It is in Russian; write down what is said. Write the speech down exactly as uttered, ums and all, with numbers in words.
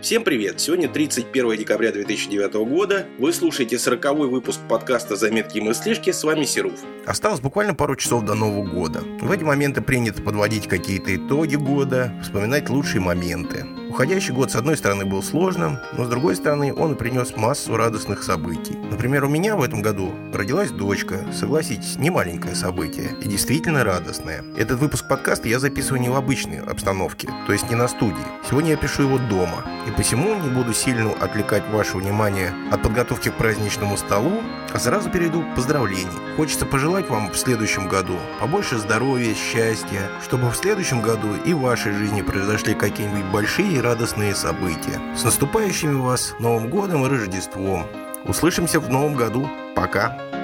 Всем привет! Сегодня тридцать первое декабря две тысячи девятого года. Вы слушаете сороковой выпуск подкаста «Заметки и мыслишки». С вами Серов. Осталось буквально пару часов до Нового года. В эти моменты принято подводить какие-то итоги года, вспоминать лучшие моменты. Уходящий год, с одной стороны, был сложным, но с другой стороны, он принес массу радостных событий. Например, у меня в этом году родилась дочка. Согласитесь, не маленькое событие и действительно радостное. Этот выпуск подкаста я записываю не в обычной обстановке, то есть не на студии. Сегодня я пишу его дома. И посему не буду сильно отвлекать ваше внимание от подготовки к праздничному столу, а сразу перейду к поздравлениям. Хочется пожелать вам в следующем году побольше здоровья, счастья, чтобы в следующем году и в вашей жизни произошли какие-нибудь большие и радостные события. С наступающими вас Новым годом и Рождеством! Услышимся в Новом году. Пока!